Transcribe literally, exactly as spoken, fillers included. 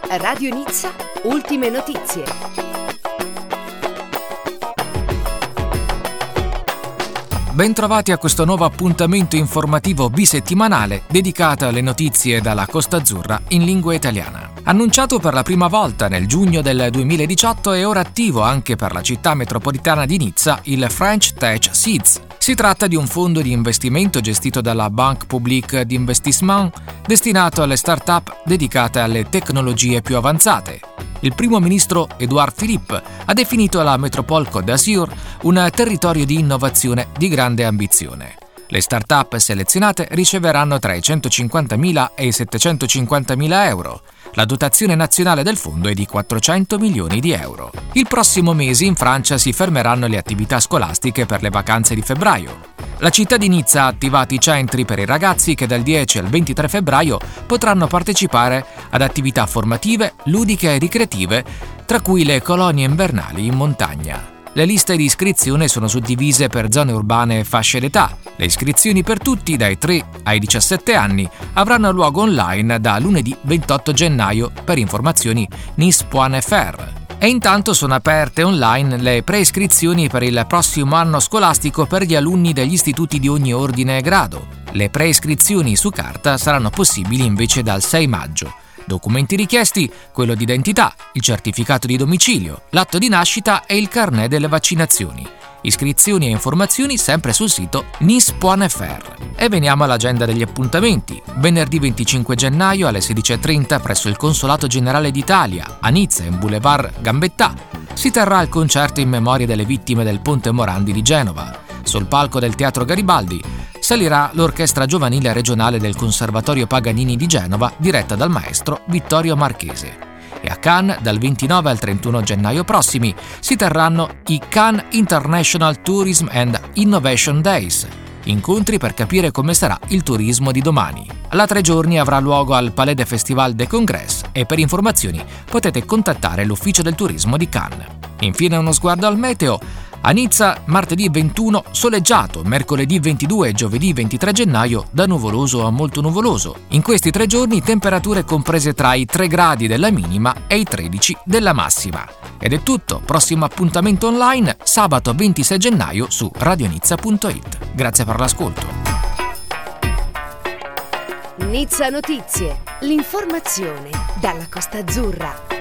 Radio Nizza, ultime notizie. Bentrovati a questo nuovo appuntamento informativo bisettimanale dedicato alle notizie dalla Costa Azzurra in lingua italiana. Annunciato per la prima volta nel giugno del duemiladiciotto e ora attivo anche per la città metropolitana di Nizza il French Tech Seeds. Si tratta di un fondo di investimento gestito dalla Banque Publique d'Investissement destinato alle start-up dedicate alle tecnologie più avanzate. Il primo ministro Édouard Philippe ha definito la Métropole Côte d'Azur un territorio di innovazione di grande ambizione. Le start-up selezionate riceveranno tra i centocinquantamila e i settecentocinquantamila euro. La dotazione nazionale del fondo è di quattrocento milioni di euro. Il prossimo mese in Francia si fermeranno le attività scolastiche per le vacanze di febbraio. La città di Nizza ha attivato i centri per i ragazzi che dal dieci al ventitré febbraio potranno partecipare ad attività formative, ludiche e ricreative, tra cui le colonie invernali in montagna. Le liste di iscrizione sono suddivise per zone urbane e fasce d'età. Le iscrizioni per tutti dai tre ai diciassette anni avranno luogo online da lunedì ventotto gennaio per informazioni N I S punto F R. E intanto sono aperte online le preiscrizioni per il prossimo anno scolastico per gli alunni degli istituti di ogni ordine e grado. Le preiscrizioni su carta saranno possibili invece dal sei maggio. Documenti richiesti: quello d'identità, il certificato di domicilio, l'atto di nascita e il carnet delle vaccinazioni. Iscrizioni e informazioni sempre sul sito N I S punto F R. E veniamo all'agenda degli appuntamenti. Venerdì venticinque gennaio alle sedici e trenta presso il Consolato Generale d'Italia, a Nizza in Boulevard Gambetta, si terrà il concerto in memoria delle vittime del Ponte Morandi di Genova. Sul palco del Teatro Garibaldi salirà l'Orchestra Giovanile Regionale del Conservatorio Paganini di Genova, diretta dal maestro Vittorio Marchese. E a Cannes, dal ventinove al trentuno gennaio prossimi, si terranno i Cannes International Tourism and Innovation Days, incontri per capire come sarà il turismo di domani. La tre giorni avrà luogo al Palais des Festivals des Congrès e per informazioni potete contattare l'Ufficio del Turismo di Cannes. Infine uno sguardo al meteo. A Nizza martedì ventuno soleggiato, mercoledì ventidue e giovedì ventitré gennaio da nuvoloso a molto nuvoloso. In questi tre giorni temperature comprese tra i tre gradi della minima e i tredici della massima. Ed è tutto, prossimo appuntamento online sabato ventisei gennaio su radionizza punto it. Grazie per l'ascolto. Nizza Notizie, l'informazione dalla Costa Azzurra.